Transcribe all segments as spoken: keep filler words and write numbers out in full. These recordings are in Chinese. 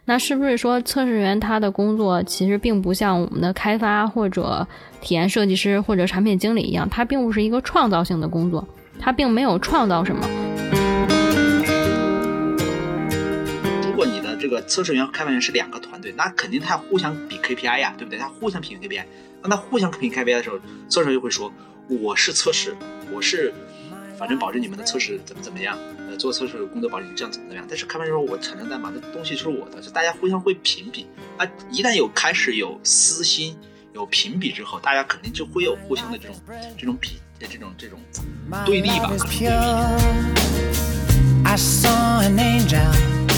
那是不是说测试员他的工作其实并不像我们的开发或者体验设计师或者产品经理一样，他并不是一个创造性的工作，他并没有创造什么。 如果你的这个测试员和开发员是两个团队，那肯定他要互相比 K P I 呀，对不对？他互相比 K P I， 当他互相比 K P I 的时候，测试员就会说我是测试，我是反正保证你们的测试怎么怎么样，呃，做测试工作保证这样怎么怎么样。但是开发人说我产生代码的东西是我的，就大家互相会评比。啊，一旦有开始有私心、有评比之后，大家肯定就会有互相的这种这种比的这种这种对立吧。I saw an angel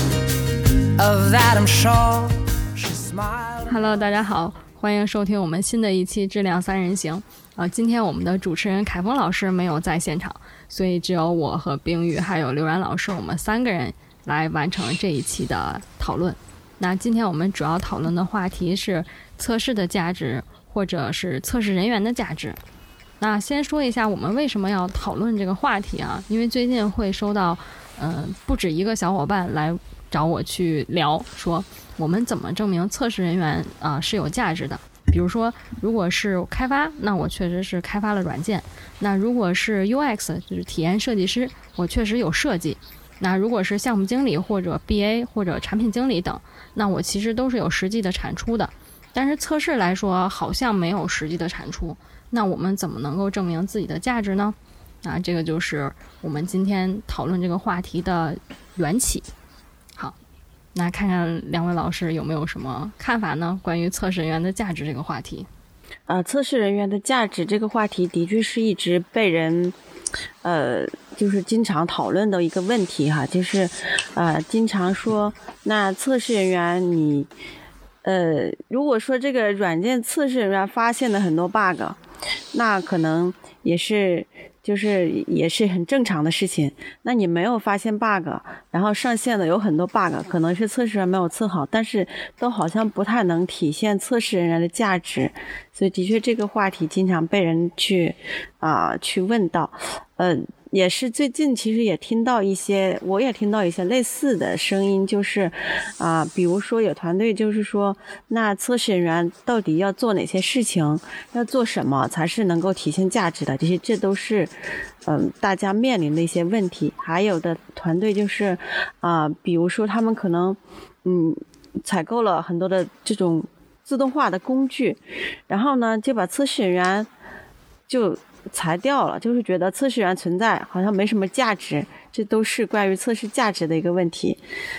of that I'm sure she smiled. Hello， 大家好，欢迎收听我们新的一期质量三人行。呃，今天我们的主持人凯峰老师没有在现场，所以只有我和冰雨还有刘然老师，我们三个人来完成这一期的讨论。那今天我们主要讨论的话题是测试的价值，或者是测试人员的价值。那先说一下我们为什么要讨论这个话题啊？因为最近会收到嗯、呃、不止一个小伙伴来找我去聊，说我们怎么证明测试人员啊、呃、是有价值的。比如说如果是开发，那我确实是开发了软件，那如果是 U X 就是体验设计师，我确实有设计，那如果是项目经理或者 B A 或者产品经理等，那我其实都是有实际的产出的。但是测试来说好像没有实际的产出，那我们怎么能够证明自己的价值呢？那这个就是我们今天讨论这个话题的缘起。好，那看看两位老师有没有什么看法呢？关于测试人员的价值这个话题。 呃，测试人员的价值这个话题的确是一直被人呃就是经常讨论的一个问题哈，就是呃经常说那测试人员你呃如果说这个软件测试人员发现了很多 bug， 那可能也是就是也是很正常的事情。那你没有发现 bug， 然后上线的有很多 bug， 可能是测试人没有测好，但是都好像不太能体现测试人员的价值。所以的确这个话题经常被人去啊、呃、去问到。嗯、呃也是最近其实也听到一些，我也听到一些类似的声音，就是啊、呃，比如说有团队就是说，那测试人员到底要做哪些事情，要做什么才是能够体现价值的？这些这都是嗯、呃、大家面临的一些问题。还有的团队就是啊、呃，比如说他们可能嗯采购了很多的这种自动化的工具，然后呢就把测试人员就裁掉了，就是觉得测试员存在好像没什么价值，这都是关于测试价值的一个问题。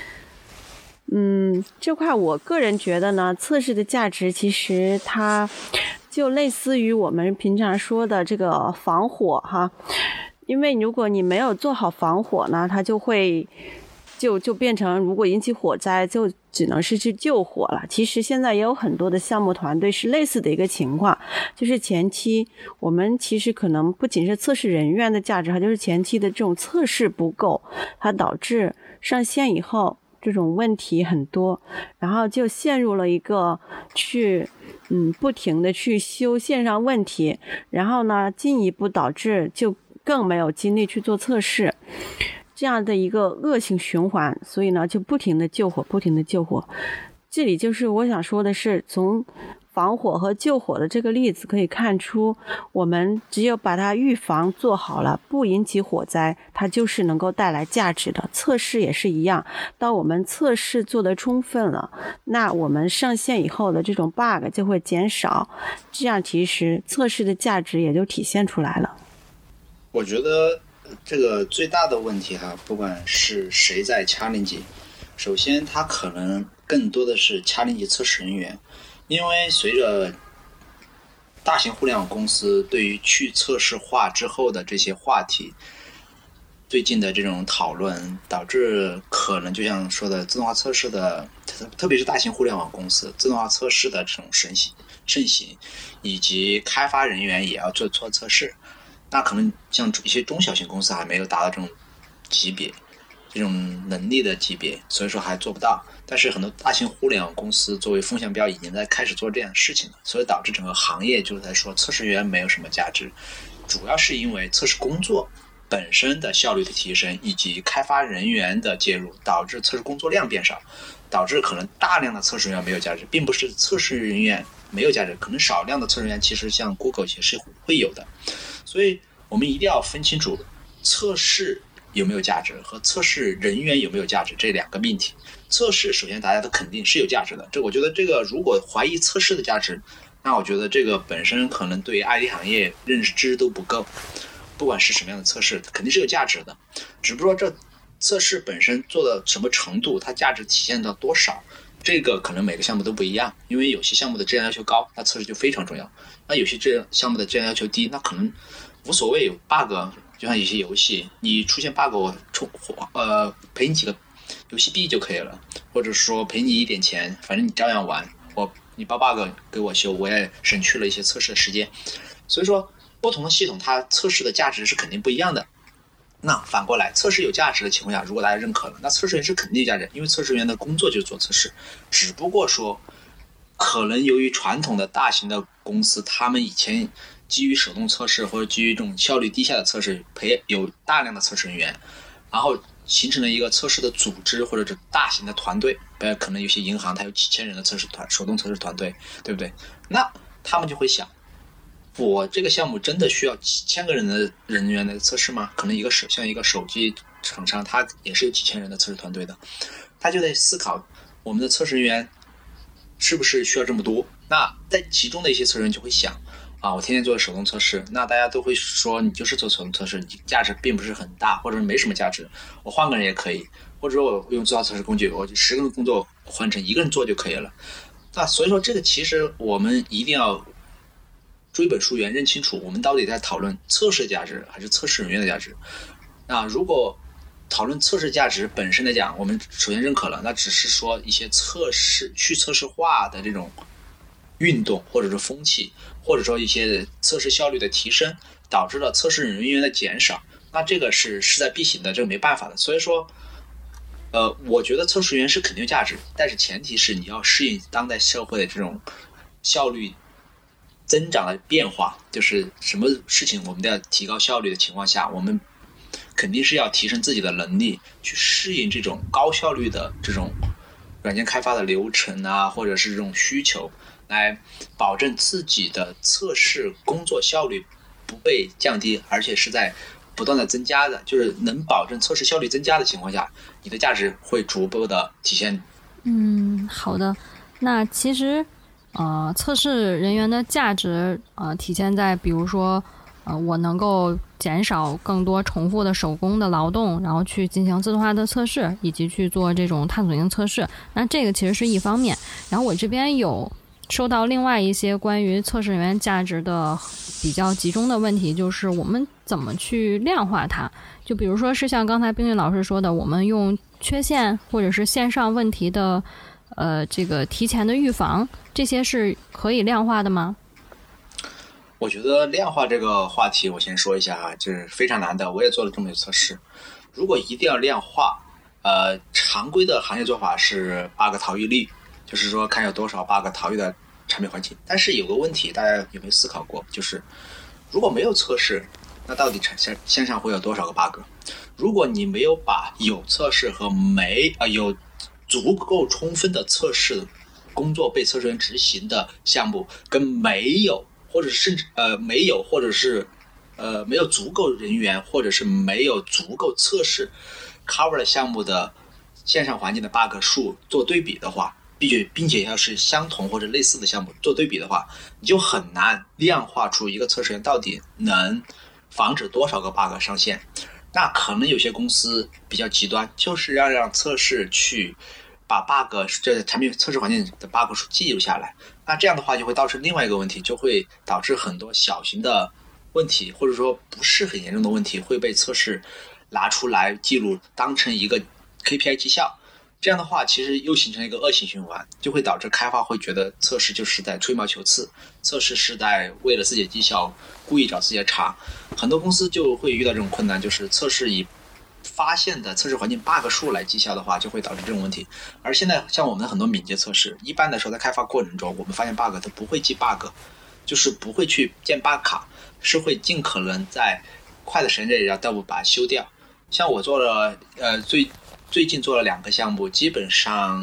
嗯，这块我个人觉得呢，测试的价值其实它就类似于我们平常说的这个防火哈，因为如果你没有做好防火呢，它就会就就变成如果引起火灾就只能是去救火了。其实现在也有很多的项目团队是类似的一个情况，就是前期我们其实可能不仅是测试人员的价值，它就是前期的这种测试不够，它导致上线以后这种问题很多，然后就陷入了一个去嗯不停的去修线上问题，然后呢进一步导致就更没有精力去做测试，这样的一个恶性循环。所以呢就不停的救火不停的救火。这里就是我想说的是，从防火和救火的这个例子可以看出，我们只有把它预防做好了，不引起火灾，它就是能够带来价值的。测试也是一样，当我们测试做得充分了，那我们上线以后的这种 bug 就会减少，这样其实测试的价值也就体现出来了。 我觉得这个最大的问题哈，不管是谁在 challenge， 首先他可能更多的是 challenge 测试人员，因为随着大型互联网公司对于去测试化之后的这些话题，最近的这种讨论，导致可能就像说的自动化测试的，特别是大型互联网公司自动化测试的这种盛行盛行，以及开发人员也要做做测试。那可能像一些中小型公司还没有达到这种级别，这种能力的级别，所以说还做不到。但是很多大型互联网公司作为风向标已经在开始做这样的事情了，所以导致整个行业就是在说测试人员没有什么价值，主要是因为测试工作本身的效率的提升以及开发人员的介入，导致测试工作量变少， 导致可能大量的测试人员没有价值，并不是测试人员没有价值，可能少量的测试人员其实像 Google 也是会有的。所以我们一定要分清楚测试有没有价值和测试人员有没有价值这两个命题。测试首先大家都肯定是有价值的，这我觉得这个如果怀疑测试的价值，那我觉得这个本身可能对于 I T 行业认知都不够。不管是什么样的测试肯定是有价值的，只不过这测试本身做到什么程度，它价值体现到多少，这个可能每个项目都不一样。因为有些项目的质量要求高，那测试就非常重要，那有些质量项目的质量要求低，那可能无所谓有 bug， 就像有些游戏你出现 bug 我充呃赔你几个游戏币就可以了，或者说赔你一点钱，反正你照样玩，我你报 bug 给我修，我也省去了一些测试的时间。所以说不同的系统它测试的价值是肯定不一样的。那反过来，测试有价值的情况下，如果大家认可了，那测试员是肯定有价值，因为测试员的工作就是做测试。只不过说可能由于传统的大型的公司，他们以前基于手动测试或者基于这种效率低下的测试，培有大量的测试人员，然后形成了一个测试的组织或者是大型的团队，呃，可能有些银行它有几千人的测试团手动测试团队，对不对？那他们就会想，我这个项目真的需要几千个人的人员的测试吗？可能一个手像一个手机厂商，它也是有几千人的测试团队的，他就得思考我们的测试人员是不是需要这么多。那在其中的一些测试人就会想啊，我天天做手动测试，那大家都会说你就是做手动测试，你价值并不是很大，或者没什么价值，我换个人也可以，或者说我用自动测试工具，我就十个人工作换成一个人做就可以了。那所以说这个其实我们一定要追本溯源，认清楚我们到底在讨论测试价值还是测试人员的价值。那如果讨论测试价值本身来讲，我们首先认可了，那只是说一些测试去测试化的这种运动或者是风气，或者说一些测试效率的提升导致了测试人员的减少，那这个是势在必行的，这个没办法的。所以说呃，我觉得测试员是肯定有价值，但是前提是你要适应当代社会的这种效率增长的变化，就是什么事情我们都要提高效率的情况下，我们肯定是要提升自己的能力，去适应这种高效率的这种软件开发的流程啊，或者是这种需求，来保证自己的测试工作效率不被降低，而且是在不断的增加的，就是能保证测试效率增加的情况下，你的价值会逐步的体现。 嗯，好的。那其实呃，测试人员的价值呃体现在比如说呃，我能够减少更多重复的手工的劳动，然后去进行自动化的测试，以及去做这种探索型测试。那这个其实是一方面。然后我这边有收到另外一些关于测试人员价值的比较集中的问题，就是我们怎么去量化它。就比如说是像刚才冰玉老师说的，我们用缺陷或者是线上问题的呃这个提前的预防，这些是可以量化的吗？ 我觉得量化这个话题我先说一下啊，就是非常难的，我也做了这么多测试。如果一定要量化，呃，常规的行业做法是 bug 逃逸率，就是说看有多少 bug 逃逸的产品环境。但是有个问题，大家有没有思考过？就是如果没有测试，那到底线线上会有多少个 bug？ 如果你没有把有测试和没啊、呃、有足够充分的测试工作被测试员执行的项目，跟没有或者甚至呃没有或者是呃没有足够人员，或者是没有足够测试 cover 的项目的线上环境的 bug 数做对比的话，并且并且要是相同或者类似的项目做对比的话，你就很难量化出一个测试员到底能防止多少个 bug 上线。那可能有些公司比较极端，就是要让测试去把 bug 这产品测试环境的 bug 数记录下来。那这样的话就会导致另外一个问题，就会导致很多小型的问题，或者说不是很严重的问题会被测试拿出来记录，当成一个 K P I 绩效。这样的话其实又形成一个恶性循环，就会导致开发会觉得测试就是在吹毛求疵，测试是在为了自己的绩效故意找自己的茬。很多公司就会遇到这种困难，就是测试以发现的测试环境 bug 数来绩效的话，就会导致这种问题。而现在像我们的很多敏捷测试，一般来说在开发过程中我们发现 bug 都不会记 bug， 就是不会去建 bug 卡，是会尽可能在快的时间内让队伍把它修掉。像我做了呃最最近做了两个项目，基本上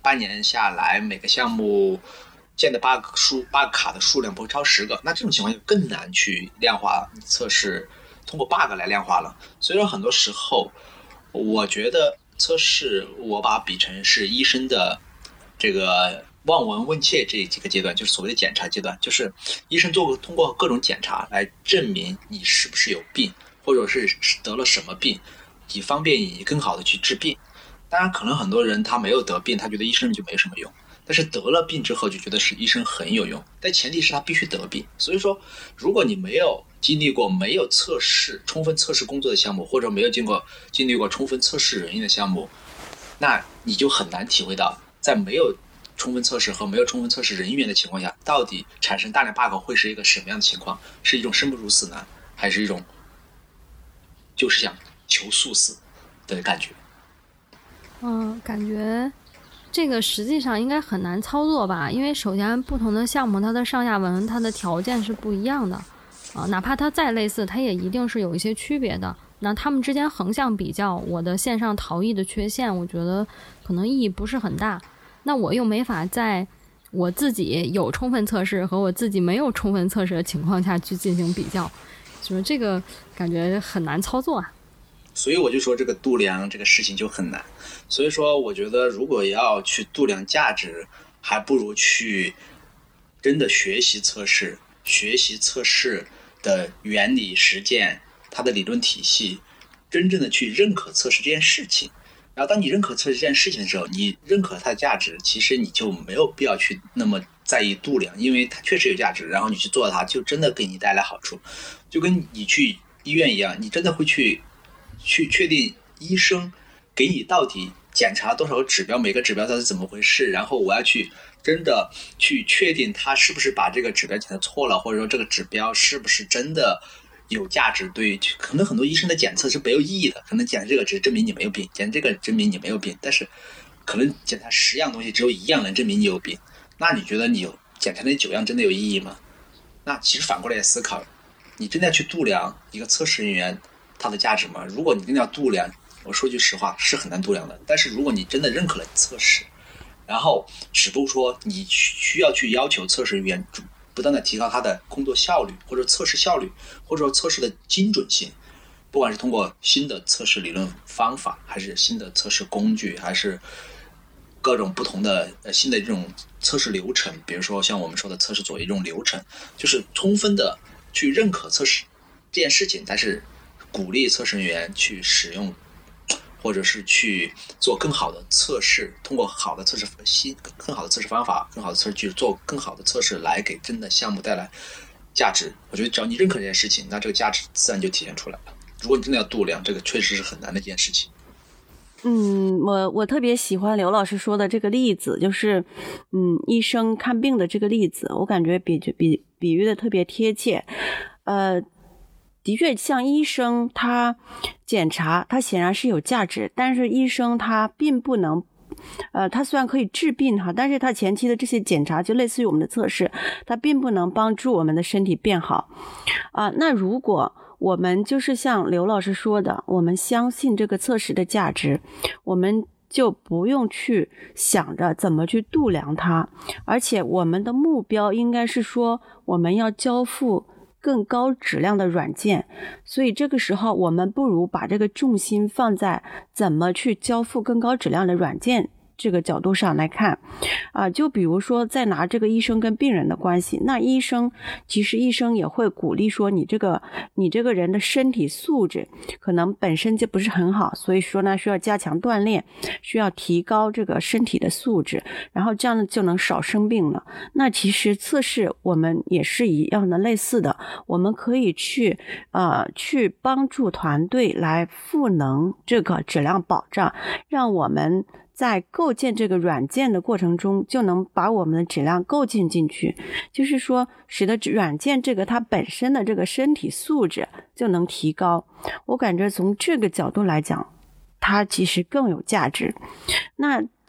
半年下来每个项目建的 bug 数 bug 卡的数量不会超十个，那这种情况就更难去量化测试，通过 bug 来量化了。所以说很多时候我觉得测试我把它比成是医生的这个望闻问切这几个阶段，就是所谓的检查阶段，就是医生做通过各种检查来证明你是不是有病，或者是得了什么病，以方便你更好的去治病。当然可能很多人他没有得病，他觉得医生就没什么用，但是得了病之后就觉得是医生很有用，但前提是他必须得病。所以说如果你没有经历过没有测试充分测试工作的项目，或者没有经过经历过充分测试人员的项目，那你就很难体会到在没有充分测试和没有充分测试人员的情况下，到底产生大量 bug 会是一个什么样的情况，是一种生不如死呢，还是一种就是想求速死的感觉。 嗯，感觉这个实际上应该很难操作吧，因为首先不同的项目它的上下文它的条件是不一样的啊，哪怕它再类似，它也一定是有一些区别的。那他们之间横向比较，我的线上逃逸的缺陷，我觉得可能意义不是很大。那我又没法在我自己有充分测试和我自己没有充分测试的情况下去进行比较，就是这个感觉很难操作啊。 所以我就说这个度量这个事情就很难。所以说我觉得如果要去度量价值，还不如去真的学习测试，学习测试的原理实践，它的理论体系，真正的去认可测试这件事情。然后当你认可测试这件事情的时候，你认可它的价值，其实你就没有必要去那么在意度量，因为它确实有价值，然后你去做它就真的给你带来好处。就跟你去医院一样，你真的会去去确定医生给你到底检查多少个指标，每个指标它是怎么回事，然后我要去真的去确定他是不是把这个指标检测错了，或者说这个指标是不是真的有价值。对于可能很多医生的检测是没有意义的，可能检测这个只证明你没有病，检测这个证明你没有病，但是可能检查十样东西只有一样能证明你有病，那你觉得你有检查那九样真的有意义吗？那其实反过来思考，你真的要去度量一个测试人员它的价值吗？如果你真的要度量，我说句实话是很难度量的。但是如果你真的认可了测试，然后只不过说你需要去要求测试人员不断的提高他的工作效率，或者测试效率，或者说测试的精准性，不管是通过新的测试理论方法，还是新的测试工具，还是各种不同的呃新的这种测试流程，比如说像我们说的测试左翼这种流程，就是充分的去认可测试这件事情，但是鼓励测试人员去使用或者是去做更好的测试，通过好的测试新更好的测试方法，更好的测试技术，做更好的测试来给真的项目带来价值。我觉得只要你认可这件事情，那这个价值自然就体现出来了。如果你真的要度量，这个确实是很难的一件事情。 嗯，我我特别喜欢刘老师说的这个例子，就是嗯，医生看病的这个例子，我感觉比比比喻的特别贴切。呃，的确，像医生他检查，他显然是有价值，但是医生他并不能。呃，它虽然可以治病哈，但是它前期的这些检查就类似于我们的测试，它并不能帮助我们的身体变好啊、呃。那如果我们就是像刘老师说的，我们相信这个测试的价值，我们就不用去想着怎么去度量它，而且我们的目标应该是说，我们要交付更高质量的软件，所以这个时候我们不如把这个重心放在怎么去交付更高质量的软件这个角度上来看啊、呃，就比如说再拿这个医生跟病人的关系，那医生其实医生也会鼓励说你这个你这个人的身体素质可能本身就不是很好，所以说呢需要加强锻炼，需要提高这个身体的素质，然后这样就能少生病了。那其实测试我们也是一样的类似的，我们可以去呃去帮助团队来赋能这个质量保障，让我们在构建这个软件的过程中就能把我们的质量构建进去，就是说使得软件这个它本身的这个身体素质就能提高。我感觉从这个角度来讲，它其实更有价值。那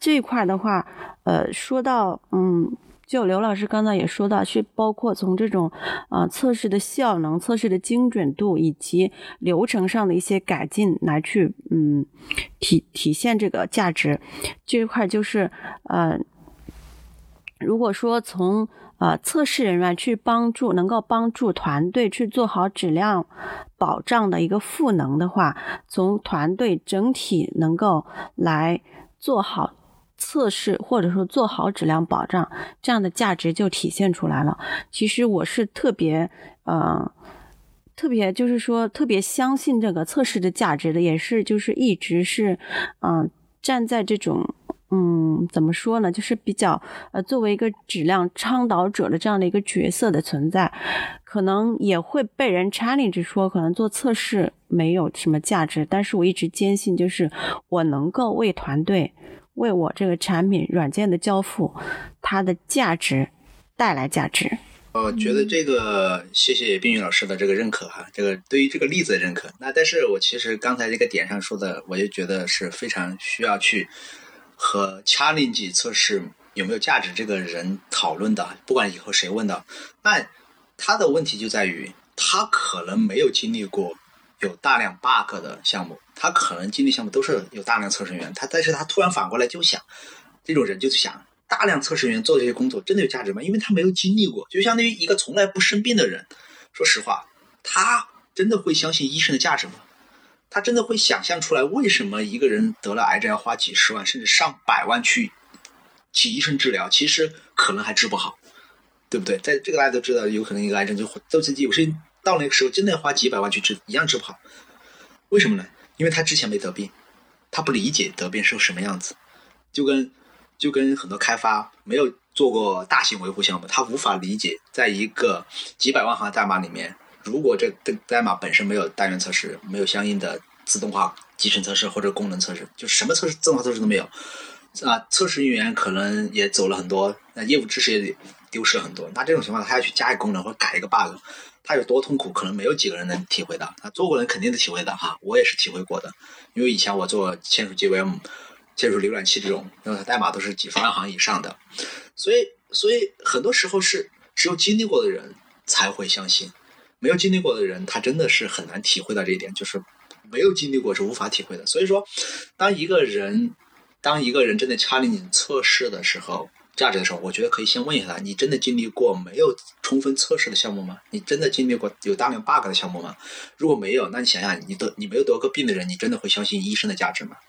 这一块的话，呃，说到嗯。就刘老师刚才也说到，是包括从这种呃测试的效能、测试的精准度以及流程上的一些改进来去嗯体体现这个价值。这一块就是呃，如果说从呃测试人员去帮助，能够帮助团队去做好质量保障的一个赋能的话，从团队整体能够来做好测试或者说做好质量保障，这样的价值就体现出来了。其实我是特别呃特别就是说特别相信这个测试的价值的，也是就是一直是嗯、呃、站在这种嗯怎么说呢，就是比较呃作为一个质量倡导者的这样的一个角色的存在，可能也会被人 challenge 说可能做测试没有什么价值，但是我一直坚信就是我能够为团队为我这个产品软件的交付它的价值带来价值。 我觉得这个谢谢冰雨老师的这个认可哈，这个对于这个例子的认可。那但是我其实刚才这个点上说的，我就觉得是非常需要去和 challenge 测试有没有价值这个人讨论的，不管以后谁问到，那他的问题就在于他可能没有经历过有大量 bug 的项目，他可能经历项目都是有大量测试员，他但是他突然反过来就想，这种人就是想，大量测试员做这些工作真的有价值吗？因为他没有经历过，就相当于一个从来不生病的人，说实话，他真的会相信医生的价值吗？他真的会想象出来为什么一个人得了癌症要花几十万甚至上百万去请医生治疗，其实可能还治不好，对不对？在这个大家都知道，有可能一个癌症就都是有些到那个时候真的要花几百万去治，一样治不好。为什么呢？因为他之前没得病，他不理解得病是什么样子，就跟就跟很多开发没有做过大型维护项目，他无法理解在一个几百万行的代码里面，如果这个代码本身没有单元测试，没有相应的自动化集成测试或者功能测试，就什么测试自动化测试都没有啊，测试人员可能也走了很多，那业务知识也丢失了很多，那这种情况他要去加一个功能或者改一个 bug，他有多痛苦，可能没有几个人能体会到。他做过人肯定是体会到哈，我也是体会过的。因为以前我做签署 J V M、签署浏览器这种，那么代码都是几十万行以上的，所以所以很多时候是只有经历过的人才会相信，没有经历过的人，他真的是很难体会到这一点，就是没有经历过是无法体会的。所以说，当一个人当一个人真的challenge你测试的时候。价值的时候，我觉得可以先问一下他，你真的经历过没有充分测试的项目吗？你真的经历过有大量 bug 的项目吗？如果没有，那你想想，你得你没有得过病的人，你真的会相信医生的价值吗？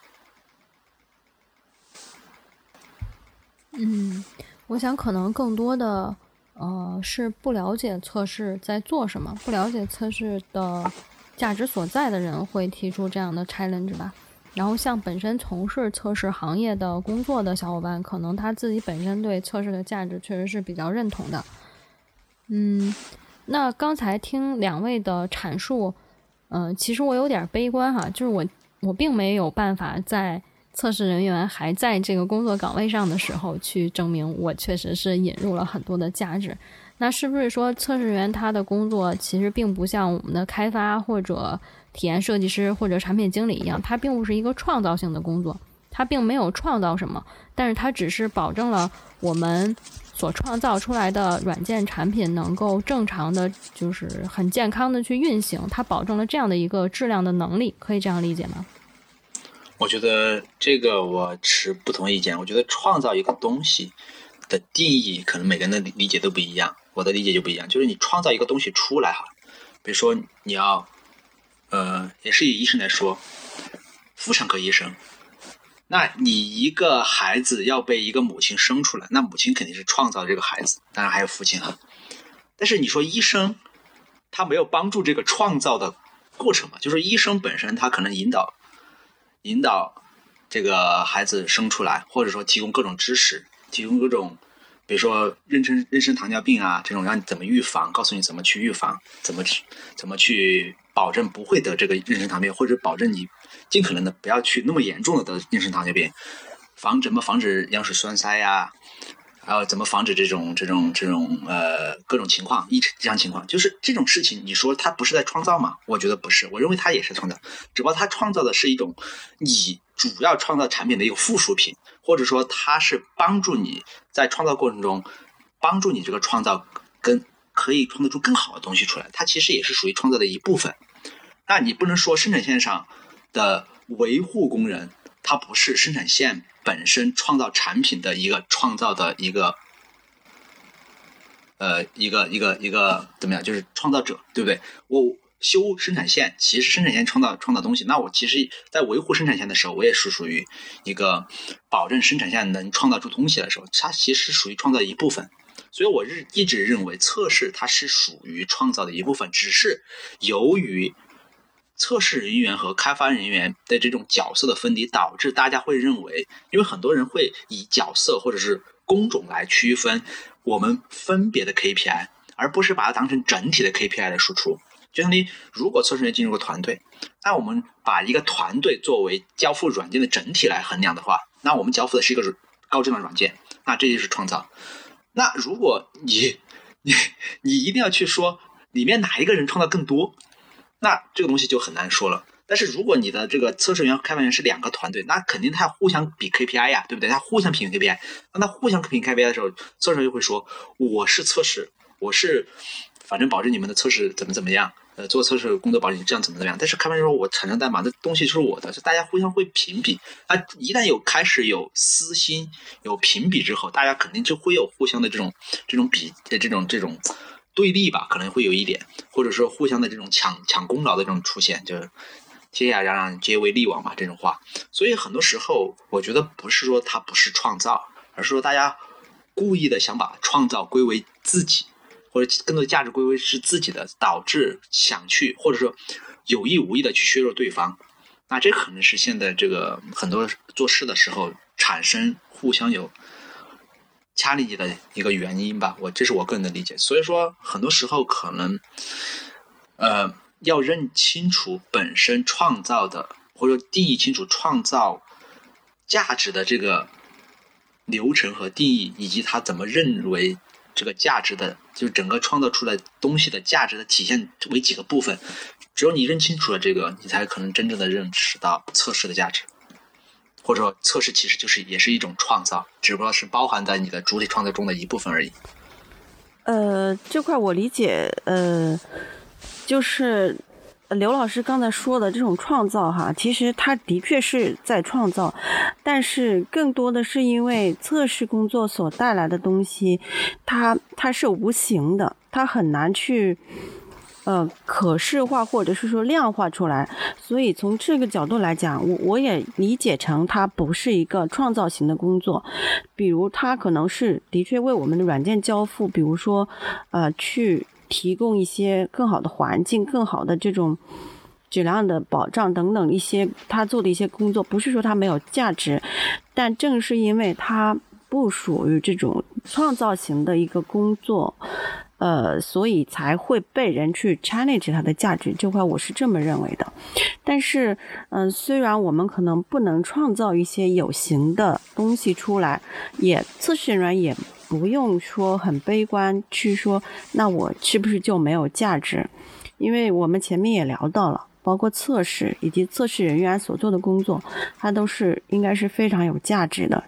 嗯，我想可能更多的呃是不了解测试在做什么，不了解测试的价值所在的人会提出这样的 challenge 吧。然后像本身从事测试行业的工作的小伙伴，可能他自己本身对测试的价值确实是比较认同的。嗯，那刚才听两位的阐述，嗯、呃，其实我有点悲观哈，就是我我并没有办法在测试人员还在这个工作岗位上的时候去证明我确实是引入了很多的价值。那是不是说测试员他的工作其实并不像我们的开发或者体验设计师或者产品经理一样，它并不是一个创造性的工作，它并没有创造什么，但是它只是保证了我们所创造出来的软件产品能够正常的就是很健康的去运行，它保证了这样的一个质量的能力，可以这样理解吗？ 我觉得这个我持不同意见。我觉得创造一个东西的定义可能每个人的理解都不一样，我的理解就不一样。就是你创造一个东西出来哈，比如说你要呃，也是以医生来说，妇产科医生，那你一个孩子要被一个母亲生出来，那母亲肯定是创造这个孩子，当然还有父亲哈。但是你说医生他没有帮助这个创造的过程嘛，就是医生本身他可能引导引导这个孩子生出来，或者说提供各种知识，提供各种比如说妊娠妊娠糖尿病啊这种，让你怎么预防，告诉你怎么去预防，怎么怎么去保证不会得这个妊娠糖尿病，或者保证你尽可能的不要去那么严重的得妊娠糖尿病，防怎么防止羊水栓塞呀、 还有怎么防止这种这种这种呃各种情况异常情况，就是这种事情，你说它不是在创造吗？我觉得不是，我认为它也是创造，只不过它创造的是一种你主要创造产品的一个附属品，或者说它是帮助你在创造过程中帮助你这个创造跟可以创造出更好的东西出来，它其实也是属于创造的一部分。那你不能说生产线上的维护工人他不是生产线本身创造产品的一个创造的一个呃一个一个一个怎么样，就是创造者，对不对？我修生产线，其实生产线创造创造东西，那我其实在维护生产线的时候，我也是属于一个保证生产线能创造出东西的时候，它其实属于创造的一部分。所以我是一直认为测试它是属于创造的一部分，只是由于测试人员和开发人员的这种角色的分离，导致大家会认为，因为很多人会以角色或者是工种来区分我们分别的 K P I， 而不是把它当成整体的 K P I 来输出。就相当于如果测试员进入个团队，那我们把一个团队作为交付软件的整体来衡量的话，那我们交付的是一个高质量软件，那这就是创造。那如果你你你一定要去说里面哪一个人创造更多，那这个东西就很难说了。但是如果你的这个测试员和开发员是两个团队，那肯定他互相比 K P I 呀，对不对？他互相评 K P I， 当他互相评 K P I 的时候，测试员就会说我是测试，我是反正保证你们的测试怎么怎么样，呃，做测试工作保证这样怎么怎么样。但是开发员说我产生代码，这东西就是我的，就大家互相会评比。那一旦有开始有私心、有评比之后，大家肯定就会有互相的这种这种比这种这种对立吧，可能会有一点，或者说互相的这种抢抢功劳的这种出现，就是天下攘攘皆为利往嘛，这种话。所以很多时候我觉得不是说它不是创造，而是说大家故意的想把创造归为自己，或者更多的价值归为是自己的，导致想去或者说有意无意的去削弱对方。那这可能是现在这个很多做事的时候产生互相有challenge的一个原因吧，我这是我个人的理解。所以说很多时候可能呃要认清楚本身创造的，或者定义清楚创造价值的这个流程和定义，以及他怎么认为这个价值的，就整个创造出来东西的价值的体现为几个部分。只有你认清楚了这个，你才可能真正的认识到测试的价值，或者说测试其实就是也是一种创造，只不过是包含在你的主体创造中的一部分而已。 呃，这块我理解，呃，就是刘老师刚才说的这种创造哈，其实他的确是在创造，但是更多的是因为测试工作所带来的东西，它它是无形的，它很难去呃可视化或者是说量化出来，所以从这个角度来讲，我我也理解成它不是一个创造型的工作。比如它可能是的确为我们的软件交付，比如说呃去提供一些更好的环境，更好的这种质量的保障等等一些他做的一些工作，不是说他没有价值，但正是因为他不属于这种创造型的一个工作，呃，所以才会被人去 challenge 它的价值，这块我是这么认为的。但是嗯、呃，虽然我们可能不能创造一些有形的东西出来，也测试人员也不用说很悲观去说那我是不是就没有价值，因为我们前面也聊到了，包括测试以及测试人员所做的工作，它都是应该是非常有价值的。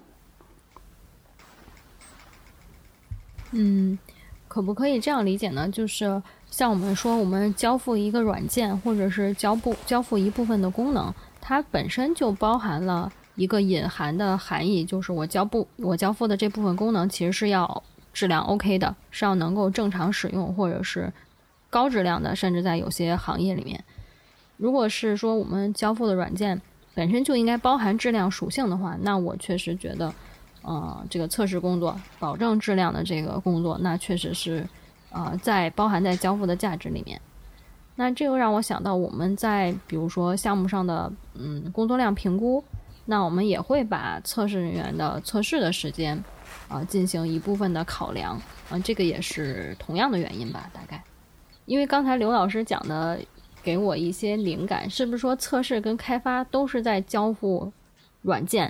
嗯，可不可以这样理解呢？就是像我们说我们交付一个软件，或者是交付交付一部分的功能，它本身就包含了一个隐含的含义，就是我交付我交付的这部分功能其实是要质量 OK 的，是要能够正常使用，或者是高质量的，甚至在有些行业里面，如果是说我们交付的软件本身就应该包含质量属性的话，那我确实觉得呃，这个测试工作保证质量的这个工作，那确实是呃在包含在交付的价值里面。那这个让我想到我们在比如说项目上的嗯工作量评估，那我们也会把测试人员的测试的时间啊、呃、进行一部分的考量啊、呃，这个也是同样的原因吧，大概。因为刚才刘老师讲的给我一些灵感，是不是说测试跟开发都是在交付软件，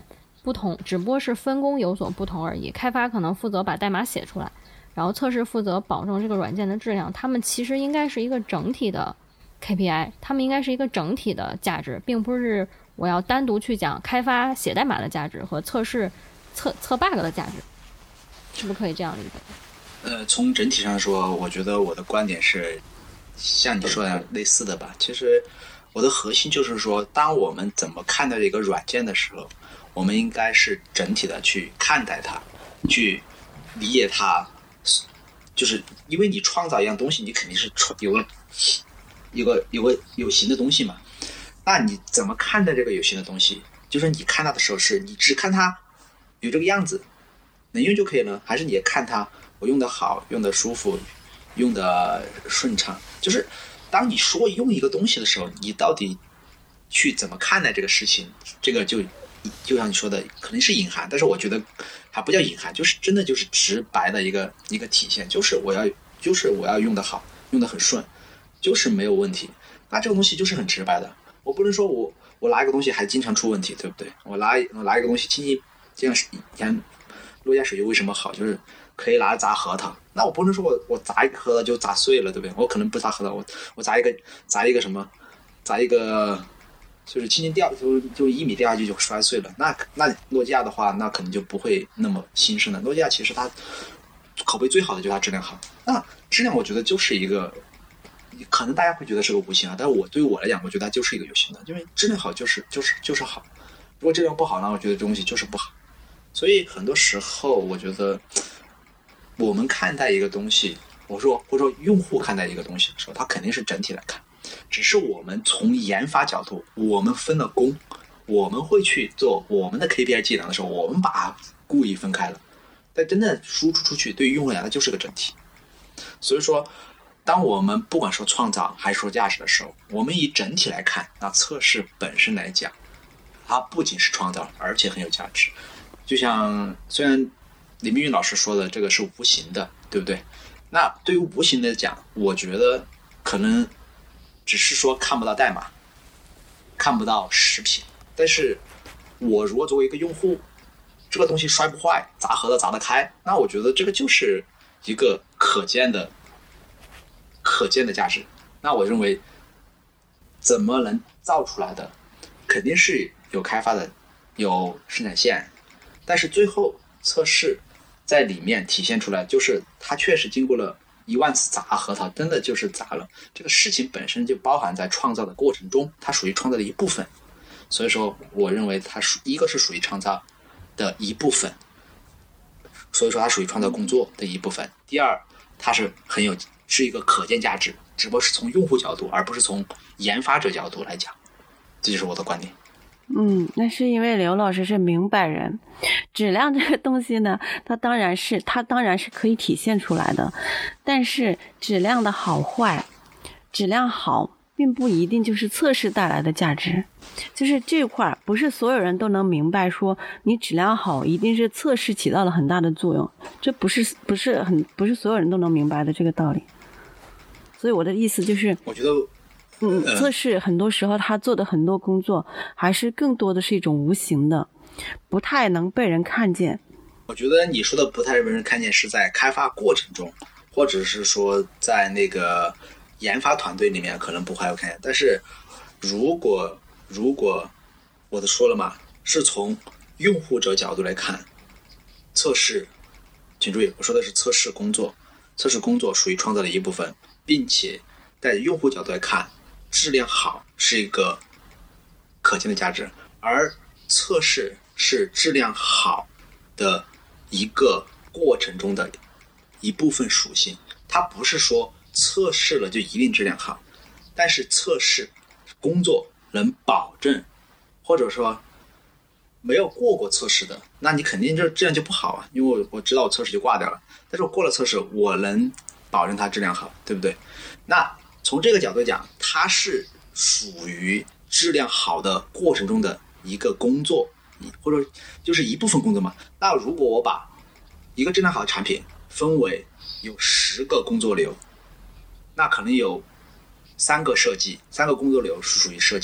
不同，只不过是分工有所不同而已。开发可能负责把代码写出来，然后测试负责保证这个软件的质量。他们其实应该是一个整体的 K P I， 他们应该是一个整体的价值，并不是我要单独去讲开发写代码的价值和测试测测 bug 的价值，是不是可以这样理解？ 呃，从整体上说，我觉得我的观点是像你说的类似的吧。其实我的核心就是说，当我们怎么看待一个软件的时候，我们应该是整体的去看待它，去理解它。就是因为你创造一样东西，你肯定是有个有个有个有形的东西嘛。那你怎么看待这个有形的东西？就是你看它的时候，是你只看它有这个样子，能用就可以了，还是你也看它我用的好，用的舒服，用的顺畅？就是当你说用一个东西的时候，你到底去怎么看待这个事情？这个就就像你说的，可能是隐含，但是我觉得还不叫隐含，就是真的就是直白的一个一个体现，就是我要就是我要用的好，用的很顺，就是没有问题。那这个东西就是很直白的，我不能说我我拿一个东西还经常出问题，对不对？我拿我拿一个东西轻轻这样像诺基亚手机为什么好，就是可以拿来砸核桃。那我不能说我我砸一个核桃就砸碎了，对不对？我可能不砸核桃，我我砸一个砸一个什么，砸一个就是轻轻掉就就一米掉下去就摔碎了。那那诺基亚的话，那可能就不会那么兴盛了。诺基亚其实它口碑最好的就是它质量好。那质量我觉得就是一个，可能大家会觉得是个无形啊，但是我对于我来讲，我觉得它就是一个有形的，因为质量好就是就是就是好。如果质量不好呢，我觉得这东西就是不好。所以很多时候，我觉得我们看待一个东西，我说或者说用户看待一个东西的时候，它肯定是整体来看。只是我们从研发角度，我们分了工，我们会去做我们的 K P I 计量的时候，我们把它故意分开了。但真正输出出去，对于用户来讲，它就是个整体。所以说，当我们不管说创造还是说价值的时候，我们以整体来看，那测试本身来讲，它不仅是创造，而且很有价值。就像虽然李明宇老师说的这个是无形的，对不对？那对于无形的讲，我觉得可能只是说看不到代码，看不到食品，但是我如果作为一个用户，这个东西摔不坏，砸核桃砸得开，那我觉得这个就是一个可见的可见的价值。那我认为怎么能造出来的，肯定是有开发的，有生产线，但是最后测试在里面体现出来，就是它确实经过了一万次砸核桃，真的就是砸了。这个事情本身就包含在创造的过程中，它属于创造的一部分。所以说，我认为它属一个是属于创造的一部分，所以说它属于创造工作的一部分。第二，它是很有是一个可见价值，只不过是从用户角度，而不是从研发者角度来讲。这就是我的观点。 嗯，那是因为刘老师是明白人，质量这个东西呢，它当然是它当然是可以体现出来的，但是质量的好坏，质量好并不一定就是测试带来的价值，就是这块不是所有人都能明白说你质量好一定是测试起到了很大的作用，这不是不是很不是所有人都能明白的这个道理。所以我的意思就是， 我觉得。 嗯，测试很多时候他做的很多工作还是更多的是一种无形的，不太能被人看见。 我觉得你说的不太被人看见是在开发过程中，或者是说在那个研发团队里面可能不会有看见。但是如果如果我都说了嘛，是从用户者角度来看，测试，请注意我说的是测试工作，测试工作属于创造的一部分，并且在用户角度来看，质量好是一个可见的价值，而测试是质量好的一个过程中的一部分属性。它不是说测试了就一定质量好，但是测试工作能保证，或者说没有过过测试的，那你肯定就质量就不好啊，因为我我知道我测试就挂掉了，但是我过了测试，我能保证它质量好，对不对？那从这个角度讲，它是属于质量好的过程中的一个工作，或者就是一部分工作嘛。那如果我把一个质量好的产品分为有十个工作流，那可能有三个设计，三个工作流是属于设计的，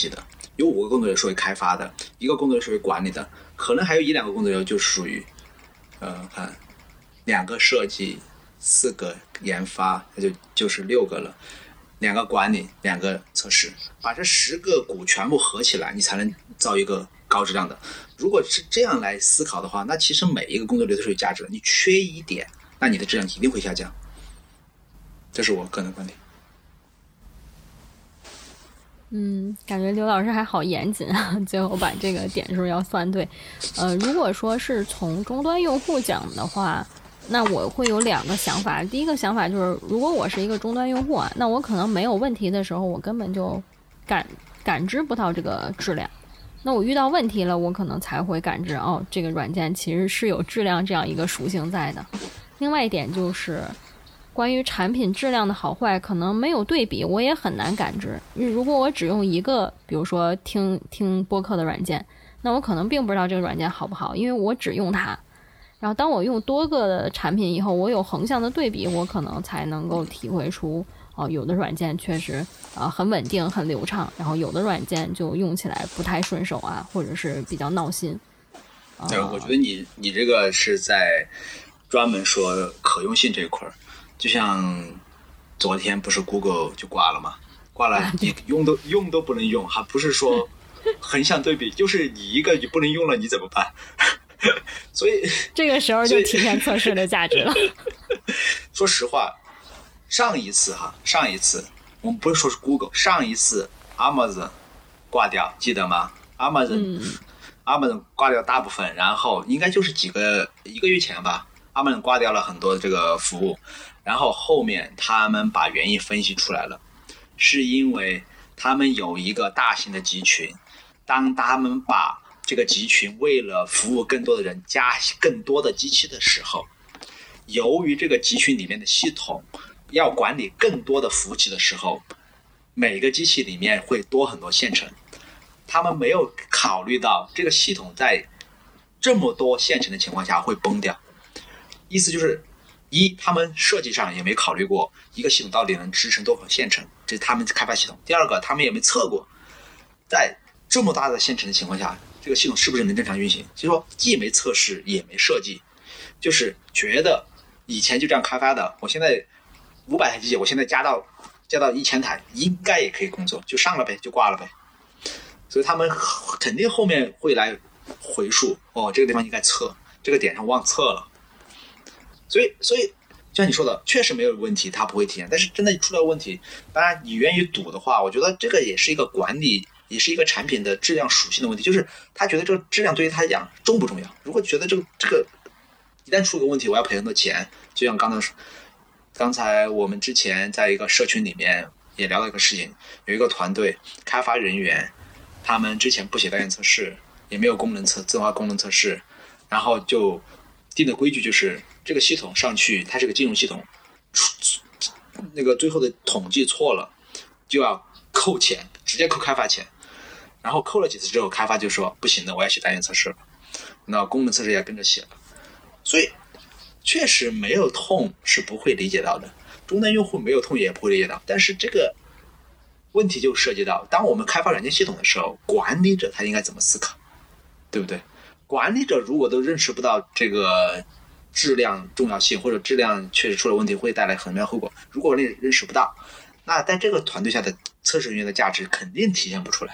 有五个工作流是为开发的，一个工作流是为管理的，可能还有一两个工作流就是属于，呃，看两个设计，四个研发，那就就是六个了。两个管理，两个测试，把这十个股全部合起来，你才能造一个高质量的。如果是这样来思考的话，那其实每一个工作流都是有价值的。你缺一点，那你的质量一定会下降。这是我个人观点。 嗯，感觉刘老师还好严谨啊，最后把这个点数要算对。呃，如果说是从终端用户讲的话，那我会有两个想法。第一个想法就是，如果我是一个终端用户啊，那我可能没有问题的时候，我根本就感感知不到这个质量。那我遇到问题了，我可能才会感知，哦，这个软件其实是有质量这样一个属性在的。另外一点就是，关于产品质量的好坏，可能没有对比，我也很难感知。如果我只用一个，比如说听听播客的软件，那我可能并不知道这个软件好不好，因为我只用它。然后当我用多个的产品以后，我有横向的对比，我可能才能够体会出，哦、呃，有的软件确实啊、呃、很稳定很流畅，然后有的软件就用起来不太顺手啊，或者是比较闹心。 对、呃，我觉得你你这个是在专门说可用性这一块儿，就像昨天不是 Google 就挂了吗？挂了你用都用都不能用，还不是说横向对比，就是你一个你不能用了，你怎么办？所以这个时候就体现测试的价值了。 说实话，上一次哈，上一次我们不是说是 Google， 上一次 Amazon 挂掉，记得吗 ？Amazon、嗯、Amazon 挂掉大部分，然后应该就是几个一个月前吧 ，Amazon 挂掉了很多这个服务，然后后面他们把原因分析出来了，是因为他们有一个大型的集群，当他们把这个集群为了服务更多的人加更多的机器的时候，由于这个集群里面的系统要管理更多的服务器的时候，每个机器里面会多很多线程，他们没有考虑到这个系统在这么多线程的情况下会崩掉。意思就是一，他们设计上也没考虑过一个系统到底能支撑多少线程，这是他们开发系统。第二个，他们也没测过在这么大的线程的情况下，这个系统是不是能正常运行？所以说既没测试也没设计，就是觉得以前就这样开发的，我现在五百台机器，我现在加到加到一千台，应该也可以工作，就上了呗，就挂了呗。所以他们肯定后面会来回溯，哦，这个地方应该测，这个点上忘测了。所以，所以就像你说的，确实没有问题，它不会体现。但是真的出了问题，当然你愿意赌的话，我觉得这个也是一个管理。也是一个产品的质量属性的问题，就是他觉得这个质量对于他来讲重不重要？如果觉得这个这个一旦出个问题，我要赔很多钱，就像刚才刚才我们之前在一个社群里面也聊到一个事情，有一个团队开发人员，他们之前不写单元测试，也没有功能测自动化功能测试，然后就定的规矩就是这个系统上去，它是个金融系统，那个最后的统计错了就要扣钱，直接扣开发钱。然后扣了几次之后，开发就说不行的，我要写单元测试了，那功能测试也跟着写了。所以确实没有痛是不会理解到的，终端用户没有痛也不会理解到。但是这个问题就涉及到，当我们开发软件系统的时候，管理者他应该怎么思考，对不对？管理者如果都认识不到这个质量重要性，或者质量确实出了问题会带来很大的后果，如果你认识不到，那在这个团队下的测试人员的价值肯定体现不出来。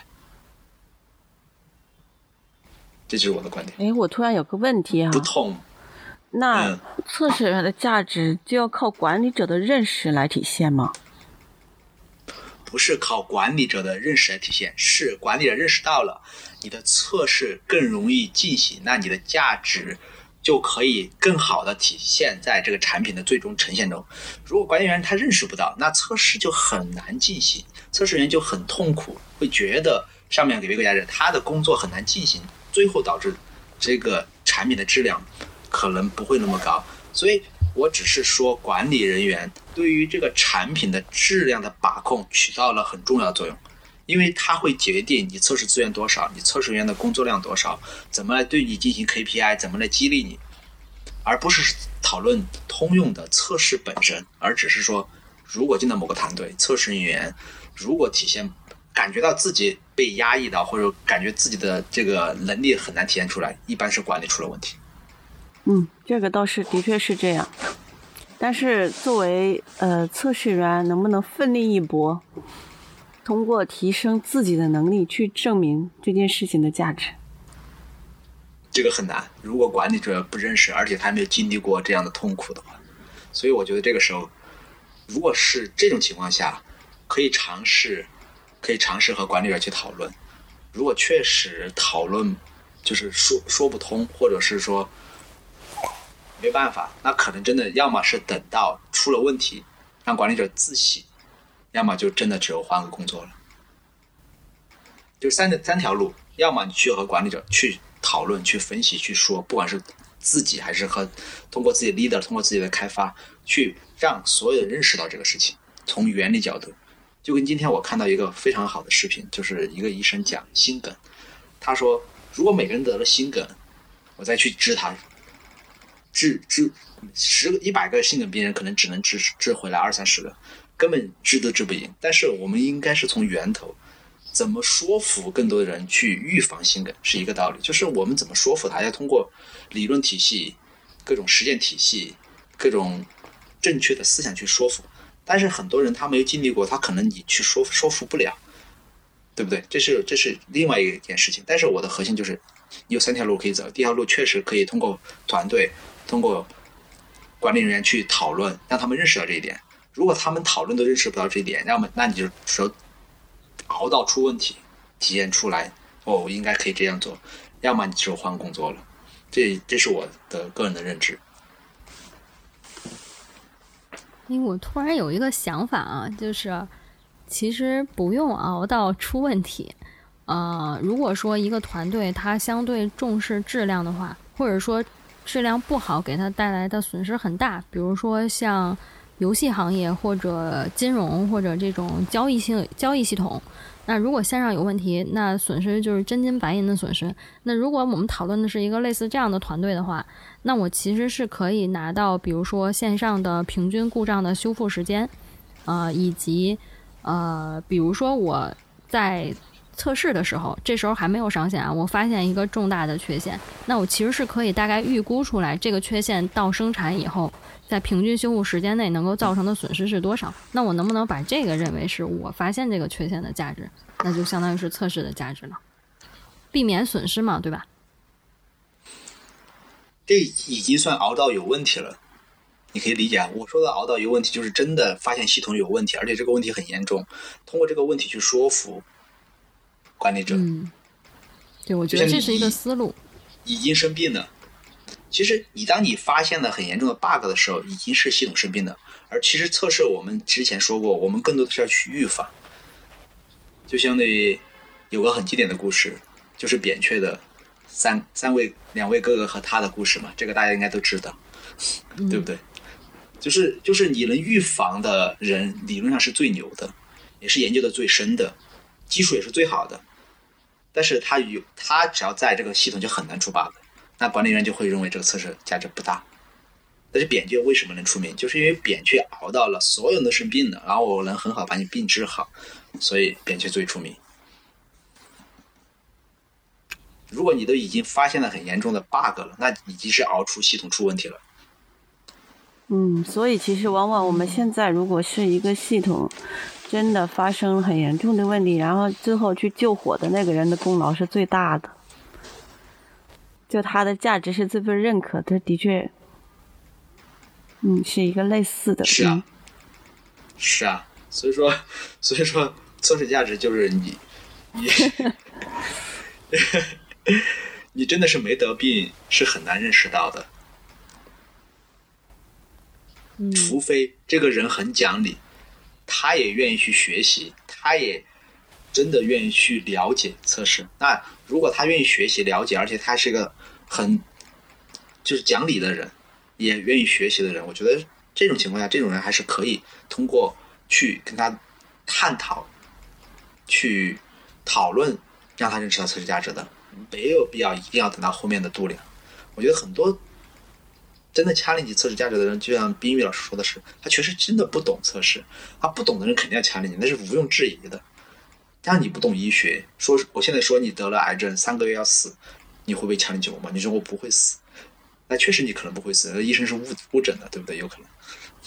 这就是我的观点。 哎，我突然有个问题啊， 不痛。 那、 嗯、 测试人员的价值就要靠管理者的认识来体现吗？ 不是靠管理者的认识来体现，是管理者认识到了，你的测试更容易进行，那你的价值就可以更好的体现在这个产品的最终呈现中。如果管理员他认识不到，那测试就很难进行，测试员就很痛苦，会觉得上面给一个价值，他的工作很难进行，最后导致这个产品的质量可能不会那么高。所以我只是说管理人员对于这个产品的质量的把控起到了很重要的作用，因为它会决定你测试资源多少，你测试人员的工作量多少，怎么来对你进行 K P I， 怎么来激励你，而不是讨论通用的测试本身，而只是说如果进到某个团队，测试人员如果体现感觉到自己被压抑到，或者感觉自己的这个能力很难体现出来，一般是管理出了问题。 嗯，这个倒是的确是这样。但是作为呃测试员，能不能奋力一搏，通过提升自己的能力去证明这件事情的价值？ 这个很难，如果管理者不认识，而且他没有经历过这样的痛苦的话，所以我觉得这个时候，如果是这种情况下，可以尝试，可以尝试和管理者去讨论。如果确实讨论就是说说不通，或者是说没办法，那可能真的要么是等到出了问题，让管理者自省，要么就真的只有换个工作了。就三三条路，要么你去和管理者去讨论、去分析、去说，不管是自己还是和通过自己的 leader、通过自己的开发，去让所有人认识到这个事情。从原理角度，就跟今天我看到一个非常好的视频，就是一个医生讲心梗，他说，如果每个人得了心梗，我再去治他，治治十个、一百个心梗病人，可能只能治治回来二三十个，根本治都治不赢。但是我们应该是从源头。怎么说服更多的人去预防心梗是一个道理，就是我们怎么说服他，要通过理论体系、各种实践体系、各种正确的思想去说服。但是很多人他没有经历过，他可能你去说说服不了，对不对？这是这是另外一件事情。但是我的核心就是你有三条路可以走，第一条路确实可以通过团队、通过管理人员去讨论，让他们认识到这一点。如果他们讨论都认识不到这一点，要么那你就说熬到出问题，体现出来哦，我应该可以这样做，要么你就换工作了。这这是我的个人的认知。 因为我突然有一个想法啊，就是其实不用熬到出问题。呃，如果说一个团队它相对重视质量的话，或者说质量不好给它带来的损失很大，比如说像游戏行业或者金融或者这种交易性交易系统，那如果线上有问题，那损失就是真金白银的损失。那如果我们讨论的是一个类似这样的团队的话，那我其实是可以拿到比如说线上的平均故障的修复时间，呃，以及呃，比如说我在测试的时候，这时候还没有上线啊，我发现一个重大的缺陷，那我其实是可以大概预估出来这个缺陷到生产以后，在平均修复时间内能够造成的损失是多少。那我能不能把这个认为是我发现这个缺陷的价值，那就相当于是测试的价值了，避免损失嘛，对吧？ 这已经算熬到有问题了，你可以理解啊。我说的熬到有问题，就是真的发现系统有问题，而且这个问题很严重，通过这个问题去说服管理者。 嗯，对，我觉得这是一个思路。 已经生病了，其实你当你发现了很严重的 bug 的时候，已经是系统生病了。而其实测试我们之前说过，我们更多的是要去预防。就相当于有个很经典的故事，就是扁鹊的三三位两位哥哥和他的故事嘛，这个大家应该都知道，嗯、对不对？就是就是你能预防的人，理论上是最牛的，也是研究的最深的，技术也是最好的。但是他有他只要在这个系统就很难出 bug， 那管理员就会认为这个测试价值不大。但是扁鹊为什么能出名？就是因为扁鹊熬到了所有人都生病了，然后我能很好把你病治好，所以扁鹊最出名。如果你都已经发现了很严重的 bug 了，那已经是熬出系统出问题了。 嗯，所以其实往往我们现在如果是一个系统真的发生很严重的问题，然后最后去救火的那个人的功劳是最大的，就他的价值是最被认可的，的确，嗯，是一个类似的。 是啊，是啊，所以说，所以说测试价值就是你，你，你真的是没得病是很难认识到的。除非这个人很讲理，他也愿意去学习，他也真的愿意去了解测试。那如果他愿意学习了解，而且他是一个很就是讲理的人，也愿意学习的人，我觉得这种情况下，这种人还是可以通过去跟他探讨、去讨论，让他认识到测试价值的，没有必要一定要等到后面的度量。我觉得很多真的challenge测试价值的人，就像冰玉老师说的是，他确实真的不懂测试，他不懂的人肯定要challenge，那是毋庸置疑的。 但你不懂医学，说我现在说你得了癌症，三个月要死，你会不会强烈结果吗？你说我不会死，那确实你可能不会死，医生是误误诊的，对不对？有可能。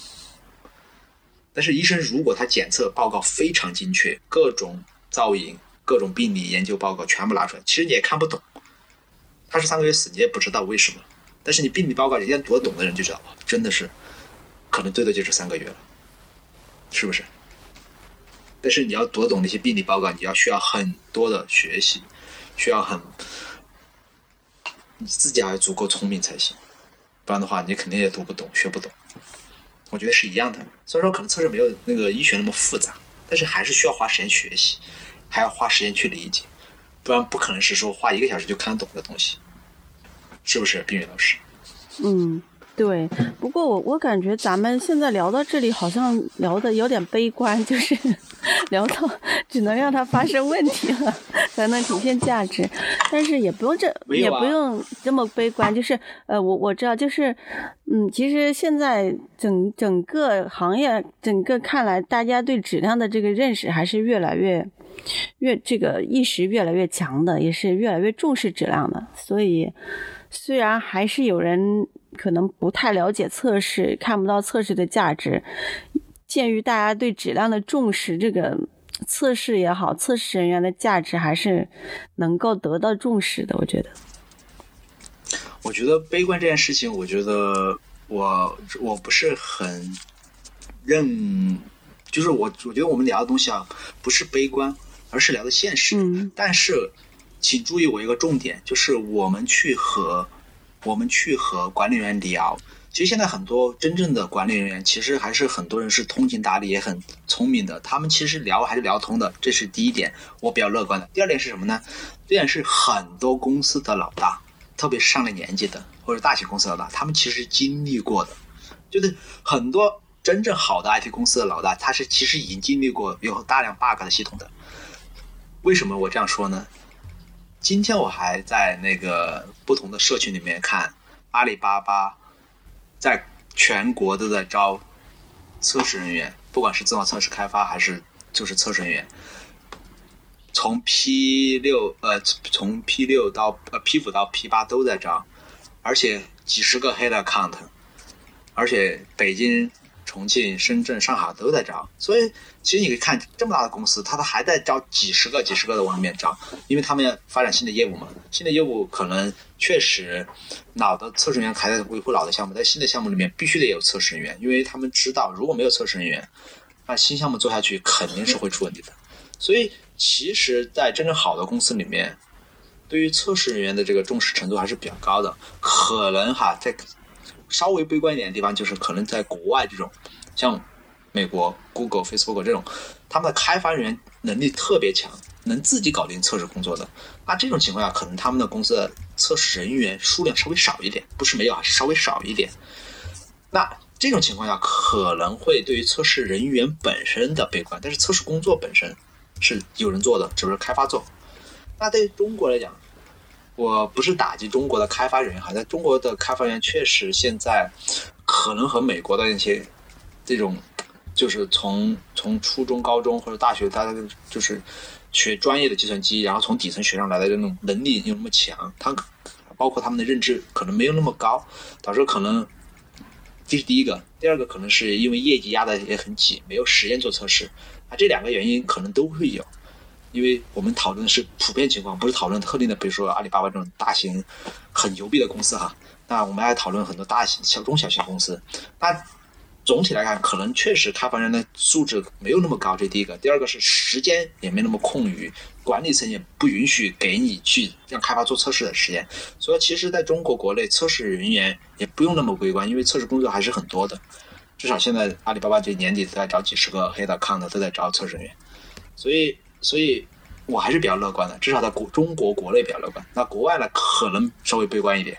但是医生如果他检测报告非常精确，各种造影、各种病理研究报告全部拿出来，其实你也看不懂，他是三个月死，你也不知道为什么。但是你病理报告人家读得懂的人就知道，真的是可能最多就是三个月了，是不是？但是你要读得懂那些病理报告，你要需要很多的学习，需要很你自己还要足够聪明才行，不然的话你肯定也读不懂、学不懂。我觉得是一样的，虽然说可能测试没有那个医学那么复杂，但是还是需要花时间学习，还要花时间去理解，不然不可能是说花一个小时就看得懂的东西，是不是，冰雨老师？ 嗯，对。不过我我感觉咱们现在聊到这里，好像聊的有点悲观，就是聊到只能让它发生问题了，才能体现价值。但是也不用这、啊、也不用这么悲观，就是呃，我我知道，就是嗯，其实现在整整个行业，整个看来，大家对质量的这个认识还是越来越越这个意识越来越强的，也是越来越重视质量的。所以虽然还是有人可能不太了解测试，看不到测试的价值，鉴于大家对质量的重视，这个测试也好，测试人员的价值还是能够得到重视的，我觉得。 我觉得悲观这件事情，我觉得我我不是很认，就是我我觉得我们聊的东西啊，不是悲观，而是聊的现实。 嗯、 但是，请注意我一个重点，就是我们去和我们去和管理员聊。其实现在很多真正的管理人员，其实还是很多人是通情达理，也很聪明的。他们其实聊还是聊通的，这是第一点，我比较乐观的。第二点是什么呢？第二点是很多公司的老大，特别是上了年纪的或者大型公司的老大，他们其实经历过的，就是很多真正好的 I T 公司的老大，他是其实已经经历过有大量 bug 的系统的。为什么我这样说呢？今天我还在那个不同的社群里面看，阿里巴巴在全国都在招测试人员，不管是自动测试开发还是就是测试人员，从 P 六 呃从 P 六到呃 P 五到 P 八都在招，而且几十个黑的 account， 而且北京、重庆、深圳、上海都在招。所以其实你可以看这么大的公司，它还在招几十个几十个的往里面招，因为他们要发展新的业务嘛。新的业务可能确实老的测试人员还在维护老的项目，在新的项目里面必须得有测试人员，因为他们知道如果没有测试人员，那新项目做下去肯定是会出问题的。所以其实在真正好的公司里面，对于测试人员的这个重视程度还是比较高的。可能哈在稍微悲观一点的地方，就是可能在国外这种像美国 Google、Facebook 这种，他们的开发人员能力特别强，能自己搞定测试工作的，那这种情况下可能他们的公司的测试人员数量稍微少一点，不是没有，还是稍微少一点。那这种情况下可能会对于测试人员本身的悲观，但是测试工作本身是有人做的，只不是开发做。那对于中国来讲，我不是打击中国的开发人员哈，在中国的开发人员确实现在可能和美国的那些这种就是从从初中、高中或者大学，大家就是学专业的计算机，然后从底层学上来的这种能力有那么强，他包括他们的认知可能没有那么高，导致可能这是第一个。第二个可能是因为业绩压得也很紧，没有时间做测试啊，这两个原因可能都会有。因为我们讨论的是普遍情况，不是讨论特定的，比如说阿里巴巴这种大型很牛逼的公司哈。那我们还讨论很多大型、小中小型公司。那总体来看，可能确实开发人的素质没有那么高，这第一个。第二个是时间也没那么空余，管理层也不允许给你去让开发做测试的时间。所以其实在中国国内，测试人员也不用那么悲观，因为测试工作还是很多的。至少现在阿里巴巴这年底都在找几十个黑的 account 都在招测试人员，所以所以我还是比较乐观的，至少在国中国国内比较乐观。那国外呢，可能稍微悲观一点。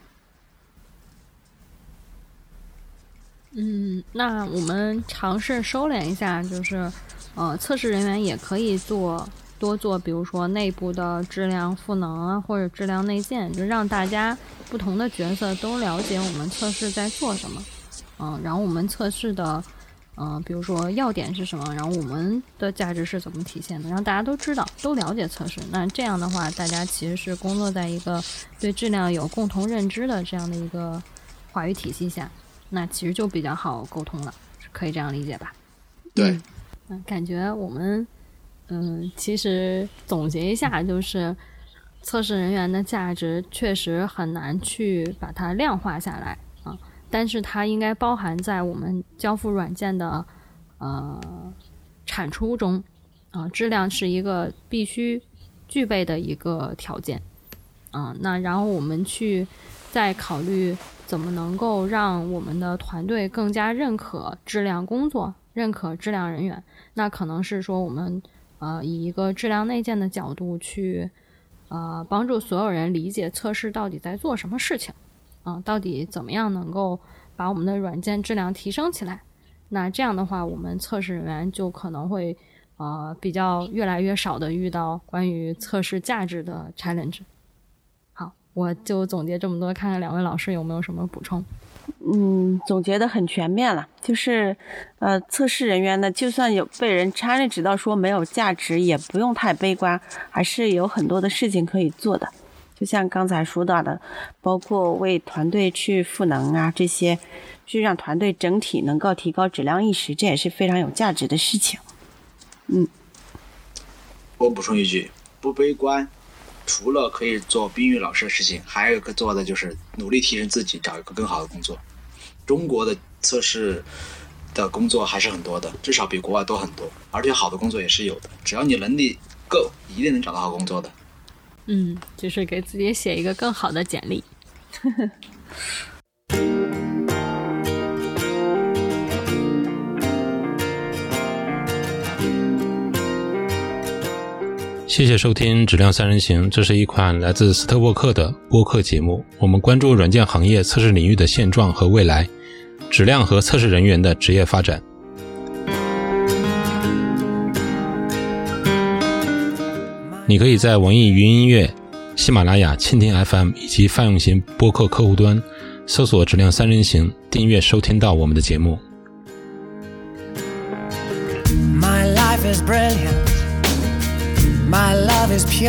嗯，那我们尝试收敛一下，就是呃，测试人员也可以做多做，比如说内部的质量赋能啊，或者质量内建，就让大家不同的角色都了解我们测试在做什么。嗯，然后我们测试的嗯、呃，比如说要点是什么，然后我们的价值是怎么体现的，让大家都知道，都了解测试。那这样的话，大家其实是工作在一个对质量有共同认知的这样的一个话语体系下，那其实就比较好沟通了，可以这样理解吧？ 对， 嗯，感觉我们嗯，其实总结一下，就是测试人员的价值确实很难去把它量化下来啊，但是它应该包含在我们交付软件的呃产出中啊，质量是一个必须具备的一个条件啊。那然后我们去再考虑怎么能够让我们的团队更加认可质量工作，认可质量人员，那可能是说我们呃以一个质量内建的角度去呃帮助所有人理解测试到底在做什么事情啊、呃，到底怎么样能够把我们的软件质量提升起来。那这样的话，我们测试人员就可能会呃比较越来越少的遇到关于测试价值的 challenge。 好，我就总结这么多，看看两位老师有没有什么补充。 嗯，总结的很全面了，就是呃，测试人员呢，就算有被人 challenge 到说没有价值，也不用太悲观，还是有很多的事情可以做的。就像刚才说到的，包括为团队去赋能啊，这些去让团队整体能够提高质量意识，这也是非常有价值的事情。嗯， 我补充一句，不悲观除了可以做冰玉老师的事情，还有一个做的就是努力提升自己，找一个更好的工作。中国的测试的工作还是很多的，至少比国外多很多，而且好的工作也是有的，只要你能力够，一定能找到好工作的。 嗯，就是给自己写一个更好的简历。 谢谢收听质量三人行，这是一款来自斯特沃克的播客节目，我们关注软件行业测试领域的现状和未来，质量和测试人员的职业发展。你可以在网易云音乐、喜马拉雅、蜻蜓 F M 以及泛用型播客客户端搜索质量三人行，订阅收听到我们的节目。 My life is brilliant, my love is pure.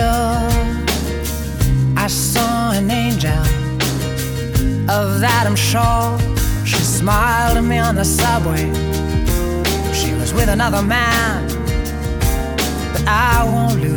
I saw an angel, of that I'm sure. She smiled at me on the subway. She was with another man, but I won't lose